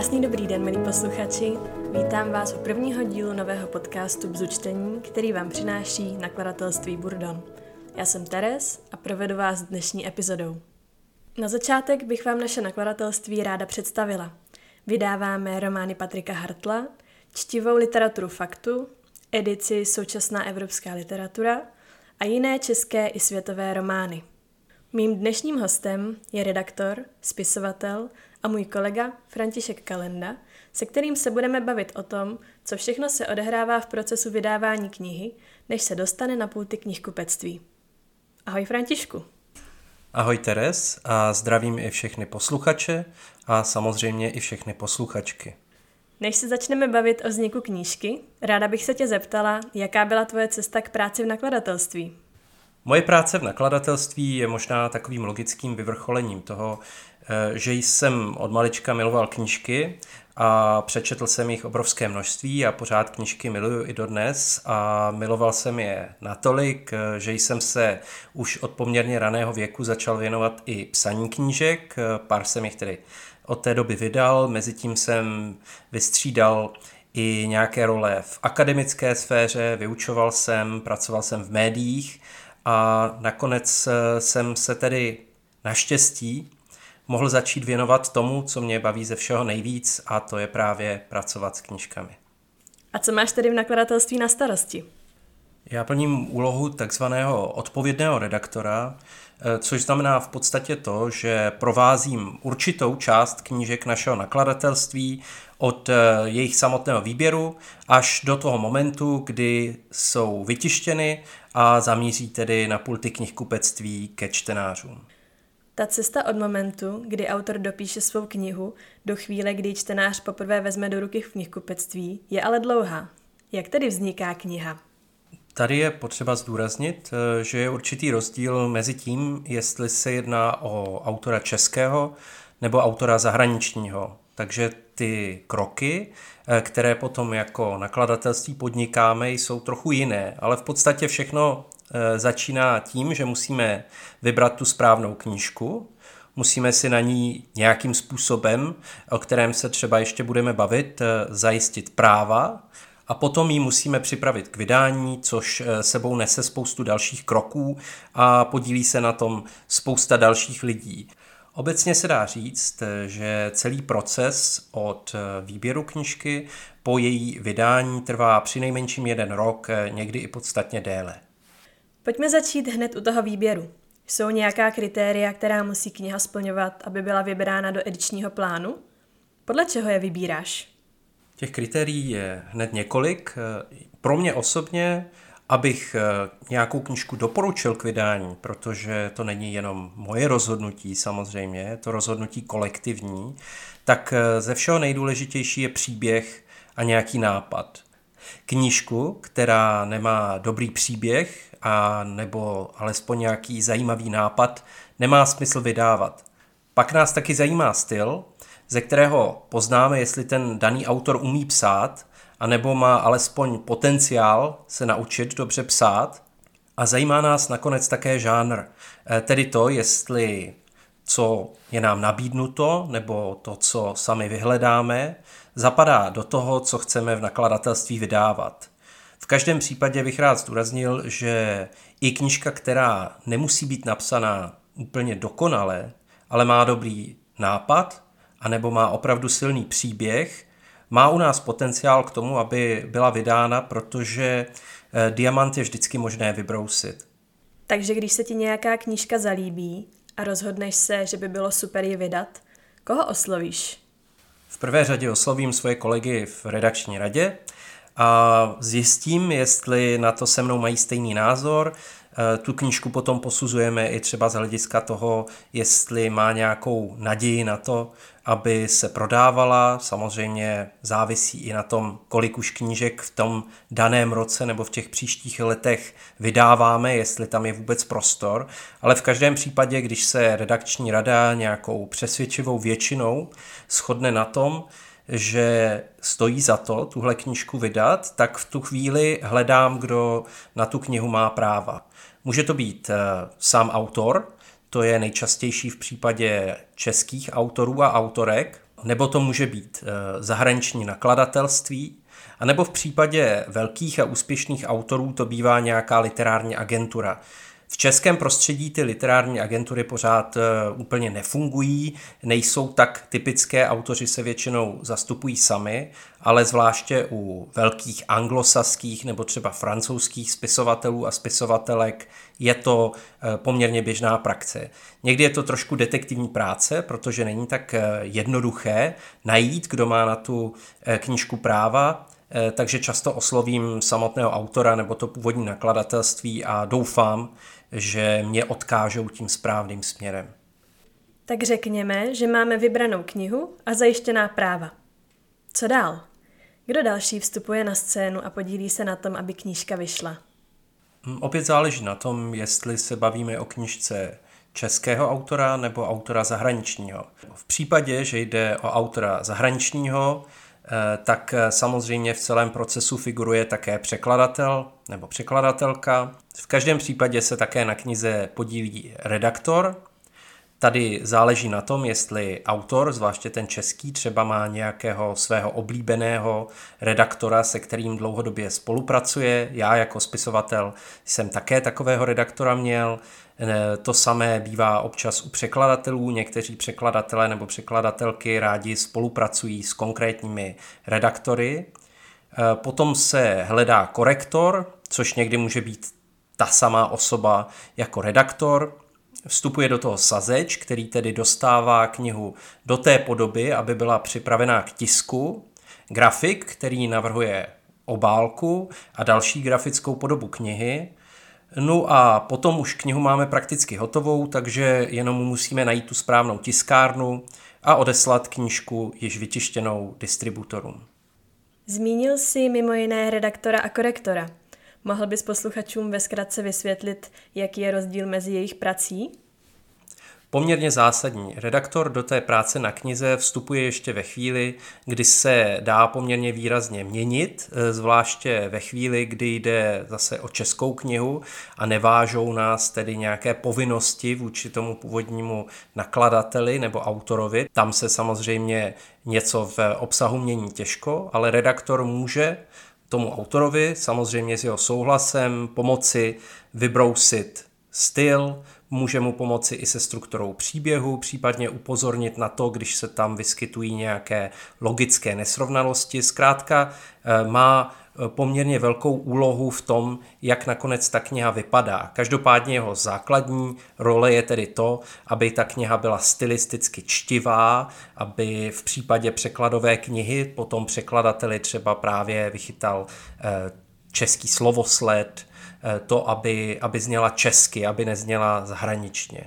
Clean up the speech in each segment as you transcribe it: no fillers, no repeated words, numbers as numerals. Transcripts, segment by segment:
Krásný dobrý den, milí posluchači. Vítám vás u prvního dílu nového podcastu Bzu čtení, který vám přináší nakladatelství Burdon. Já jsem Teres a provedu vás dnešní epizodou. Na začátek bych vám naše nakladatelství ráda představila. Vydáváme romány Patrika Hartla, čtivou literaturu faktu, edici Současná evropská literatura a jiné české i světové romány. Mým dnešním hostem je redaktor, spisovatel a můj kolega František Kalenda, se kterým se budeme bavit o tom, co všechno se odehrává v procesu vydávání knihy, než se dostane na pulty knihkupectví. Ahoj Františku. Ahoj Teres a zdravím i všechny posluchače a samozřejmě i všechny posluchačky. Než se začneme bavit o vzniku knížky, ráda bych se tě zeptala, jaká byla tvoje cesta k práci v nakladatelství? Moje práce v nakladatelství je možná takovým logickým vyvrcholením toho, že jsem od malička miloval knížky a přečetl jsem jich obrovské množství a pořád knížky miluju i dodnes a miloval jsem je natolik, že jsem se už od poměrně raného věku začal věnovat i psaní knížek, pár jsem jich tedy od té doby vydal, mezitím jsem vystřídal i nějaké role v akademické sféře, vyučoval jsem, pracoval jsem v médiích a nakonec jsem se tedy naštěstí mohl začít věnovat tomu, co mě baví ze všeho nejvíc, a to je právě pracovat s knížkami. A co máš tedy v nakladatelství na starosti? Já plním úlohu takzvaného odpovědného redaktora, což znamená v podstatě to, že provázím určitou část knížek našeho nakladatelství od jejich samotného výběru až do toho momentu, kdy jsou vytištěny a zamíří tedy na pulty knihkupectví ke čtenářům. Ta cesta od momentu, kdy autor dopíše svou knihu, do chvíle, kdy čtenář poprvé vezme do ruky v knihkupectví, je ale dlouhá. Jak tedy vzniká kniha? Tady je potřeba zdůraznit, že je určitý rozdíl mezi tím, jestli se jedná o autora českého nebo autora zahraničního. Takže ty kroky, které potom jako nakladatelství podnikáme, jsou trochu jiné, ale v podstatě všechno začíná tím, že musíme vybrat tu správnou knížku, musíme si na ní nějakým způsobem, o kterém se třeba ještě budeme bavit, zajistit práva a potom ji musíme připravit k vydání, což sebou nese spoustu dalších kroků a podílí se na tom spousta dalších lidí. Obecně se dá říct, že celý proces od výběru knížky po její vydání trvá přinejmenším 1 rok, někdy i podstatně déle. Pojďme začít hned u toho výběru. Jsou nějaká kritéria, která musí kniha splňovat, aby byla vybrána do edičního plánu? Podle čeho je vybíráš? Těch kritérií je hned několik. Pro mě osobně, abych nějakou knížku doporučil k vydání, protože to není jenom moje rozhodnutí samozřejmě, je to rozhodnutí kolektivní, tak ze všeho nejdůležitější je příběh a nějaký nápad. Knížku, která nemá dobrý příběh a nebo alespoň nějaký zajímavý nápad, nemá smysl vydávat. Pak nás taky zajímá styl, ze kterého poznáme, jestli ten daný autor umí psát, anebo má alespoň potenciál se naučit dobře psát. A zajímá nás nakonec také žánr, tedy to, jestli co je nám nabídnuto, nebo to, co sami vyhledáme, zapadá do toho, co chceme v nakladatelství vydávat. V každém případě bych rád zdůraznil, že i knížka, která nemusí být napsaná úplně dokonale, ale má dobrý nápad, anebo má opravdu silný příběh, má u nás potenciál k tomu, aby byla vydána, protože diamant je vždycky možné vybrousit. Takže když se ti nějaká knížka zalíbí a rozhodneš se, že by bylo super ji vydat, koho oslovíš? V prvé řadě oslovím svoje kolegy v redakční radě a zjistím, jestli na to se mnou mají stejný názor. Tu knížku potom posuzujeme i třeba z hlediska toho, jestli má nějakou naději na to, aby se prodávala. Samozřejmě závisí i na tom, kolik už knížek v tom daném roce nebo v těch příštích letech vydáváme, jestli tam je vůbec prostor. Ale v každém případě, když se redakční rada nějakou přesvědčivou většinou shodne na tom, že stojí za to tuhle knížku vydat, tak v tu chvíli hledám, kdo na tu knihu má práva. Může to být sám autor, to je nejčastější v případě českých autorů a autorek, nebo to může být zahraniční nakladatelství, a nebo v případě velkých a úspěšných autorů to bývá nějaká literární agentura. V českém prostředí ty literární agentury pořád úplně nefungují, nejsou tak typické, autoři se většinou zastupují sami, ale zvláště u velkých anglosaských nebo třeba francouzských spisovatelů a spisovatelek je to poměrně běžná praxe. Někdy je to trošku detektivní práce, protože není tak jednoduché najít, kdo má na tu knížku práva, takže často oslovím samotného autora nebo to původní nakladatelství a doufám, že mě odkážou tím správným směrem. Tak řekněme, že máme vybranou knihu a zajištěná práva. Co dál? Kdo další vstupuje na scénu a podílí se na tom, aby knížka vyšla? Opět záleží na tom, jestli se bavíme o knížce českého autora nebo autora zahraničního. V případě, že jde o autora zahraničního, tak samozřejmě v celém procesu figuruje také překladatel nebo překladatelka. V každém případě se také na knize podílí redaktor. Tady záleží na tom, jestli autor, zvláště ten český, třeba má nějakého svého oblíbeného redaktora, se kterým dlouhodobě spolupracuje. Já jako spisovatel jsem také takového redaktora měl. To samé bývá občas u překladatelů. Někteří překladatelé nebo překladatelky rádi spolupracují s konkrétními redaktory. Potom se hledá korektor, což někdy může být ta samá osoba jako redaktor. Vstupuje do toho sazeč, který tedy dostává knihu do té podoby, aby byla připravená k tisku. Grafik, který navrhuje obálku a další grafickou podobu knihy. No a potom už knihu máme prakticky hotovou, takže jenom musíme najít tu správnou tiskárnu a odeslat knížku již vytištěnou distributorům. Zmínil jsi mimo jiné redaktora a korektora. Mohl bys posluchačům ve zkratce vysvětlit, jaký je rozdíl mezi jejich prací? Poměrně zásadní. Redaktor do té práce na knize vstupuje ještě ve chvíli, kdy se dá poměrně výrazně měnit, zvláště ve chvíli, kdy jde zase o českou knihu a nevážou nás tedy nějaké povinnosti vůči tomu původnímu nakladateli nebo autorovi. Tam se samozřejmě něco v obsahu mění těžko, ale redaktor může tomu autorovi, samozřejmě s jeho souhlasem, pomoci vybrousit styl, může mu pomoci i se strukturou příběhu, případně upozornit na to, když se tam vyskytují nějaké logické nesrovnalosti. Zkrátka má poměrně velkou úlohu v tom, jak nakonec ta kniha vypadá. Každopádně jeho základní role je tedy to, aby ta kniha byla stylisticky čtivá, aby v případě překladové knihy potom překladateli třeba právě vychytal český slovosled, to, aby zněla česky, aby nezněla zahraničně.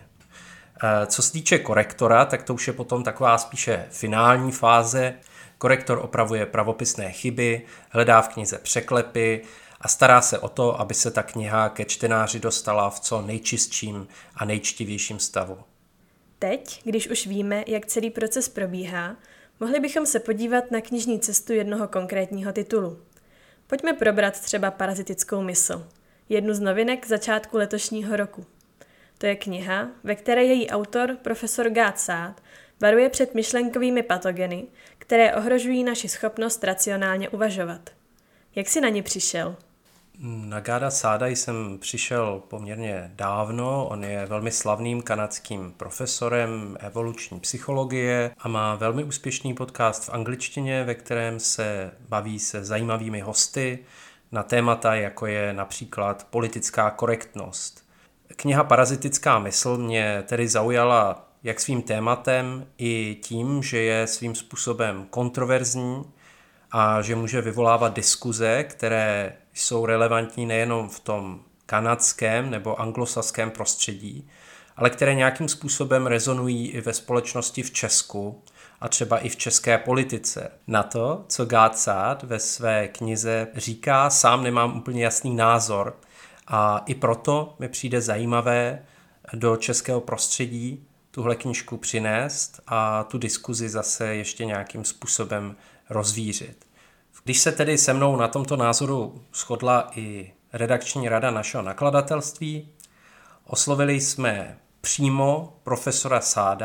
Co se týče korektora, tak to už je potom taková spíše finální fáze. Korektor opravuje pravopisné chyby, hledá v knize překlepy a stará se o to, aby se ta kniha ke čtenáři dostala v co nejčistším a nejčtivějším stavu. Teď, když už víme, jak celý proces probíhá, mohli bychom se podívat na knižní cestu jednoho konkrétního titulu. Pojďme probrat třeba Parazitickou mysl, jednu z novinek začátku letošního roku. To je kniha, ve které její autor, profesor Gát Saad, varuje před myšlenkovými patogeny, které ohrožují naši schopnost racionálně uvažovat. Jak jsi na ně přišel? Na Gáda Saada jsem přišel poměrně dávno, on je velmi slavným kanadským profesorem evoluční psychologie a má velmi úspěšný podcast v angličtině, ve kterém se baví se zajímavými hosty na témata, jako je například politická korektnost. Kniha Parazitická mysl mě tedy zaujala jak svým tématem i tím, že je svým způsobem kontroverzní a že může vyvolávat diskuze, které jsou relevantní nejenom v tom kanadském nebo anglosaském prostředí, ale které nějakým způsobem rezonují i ve společnosti v Česku a třeba i v české politice. Na to, co Gát Saad ve své knize říká, sám nemám úplně jasný názor a i proto mi přijde zajímavé do českého prostředí tuhle knížku přinést a tu diskuzi zase ještě nějakým způsobem rozvířit. Když se tedy se mnou na tomto názoru shodla i redakční rada našeho nakladatelství, oslovili jsme přímo profesora Saada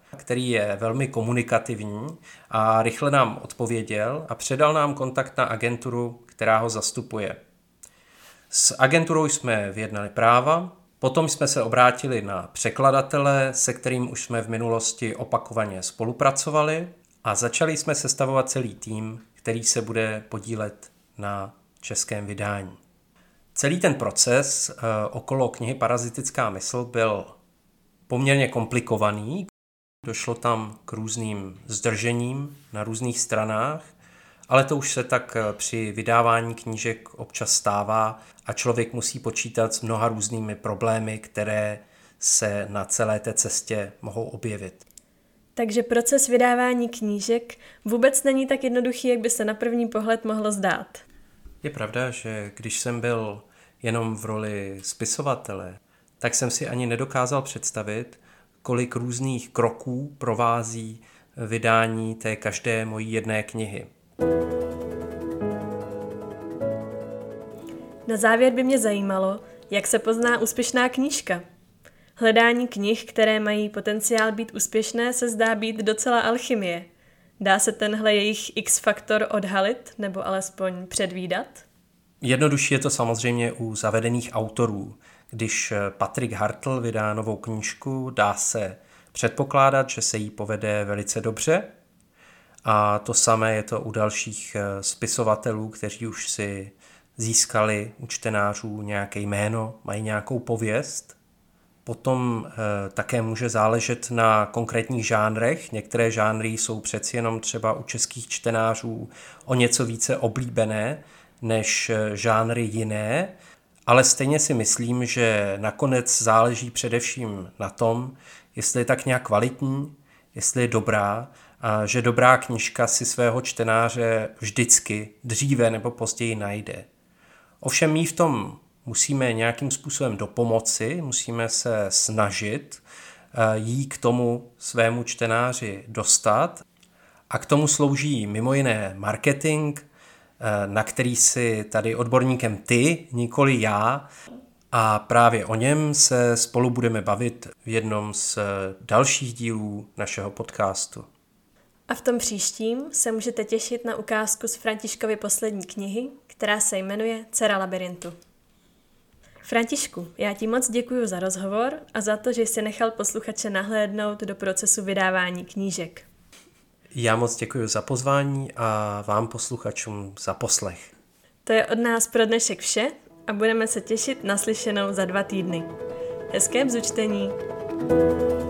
který je velmi komunikativní a rychle nám odpověděl a předal nám kontakt na agenturu, která ho zastupuje. S agenturou jsme vyjednali práva, potom jsme se obrátili na překladatele, se kterým už jsme v minulosti opakovaně spolupracovali a začali jsme sestavovat celý tým, který se bude podílet na českém vydání. Celý ten proces okolo knihy Parazitická mysl byl poměrně komplikovaný. Došlo tam k různým zdržením na různých stranách, ale to už se tak při vydávání knížek občas stává a člověk musí počítat s mnoha různými problémy, které se na celé té cestě mohou objevit. Takže proces vydávání knížek vůbec není tak jednoduchý, jak by se na první pohled mohlo zdát. Je pravda, že když jsem byl jenom v roli spisovatele, tak jsem si ani nedokázal představit, kolik různých kroků provází vydání té každé mojí jedné knihy. Na závěr by mě zajímalo, jak se pozná úspěšná knížka. Hledání knih, které mají potenciál být úspěšné, se zdá být docela alchymie. Dá se tenhle jejich X-faktor odhalit, nebo alespoň předvídat? Jednodušší je to samozřejmě u zavedených autorů. Když Patrik Hartl vydá novou knížku, dá se předpokládat, že se jí povede velice dobře. A to samé je to u dalších spisovatelů, kteří už si získali u čtenářů nějaké jméno, mají nějakou pověst. Potom také může záležet na konkrétních žánrech. Některé žánry jsou přeci jenom třeba u českých čtenářů o něco více oblíbené než žánry jiné, ale stejně si myslím, že nakonec záleží především na tom, jestli je tak nějak kvalitní, jestli je dobrá a že dobrá knížka si svého čtenáře vždycky dříve nebo později najde. Ovšem my v tom musíme nějakým způsobem dopomoci, musíme se snažit jí k tomu svému čtenáři dostat a k tomu slouží mimo jiné marketing, na který si tady odborníkem ty, nikoli já, a právě o něm se spolu budeme bavit v jednom z dalších dílů našeho podcastu. A v tom příštím se můžete těšit na ukázku z Františkovy poslední knihy, která se jmenuje Dcera labyrintu. Františku, já ti moc děkuji za rozhovor a za to, že jsi nechal posluchače nahlédnout do procesu vydávání knížek. Já moc děkuji za pozvání a vám posluchačům za poslech. To je od nás pro dnešek vše a budeme se těšit na slyšenou za 2 týdny. Hezké bzučtení!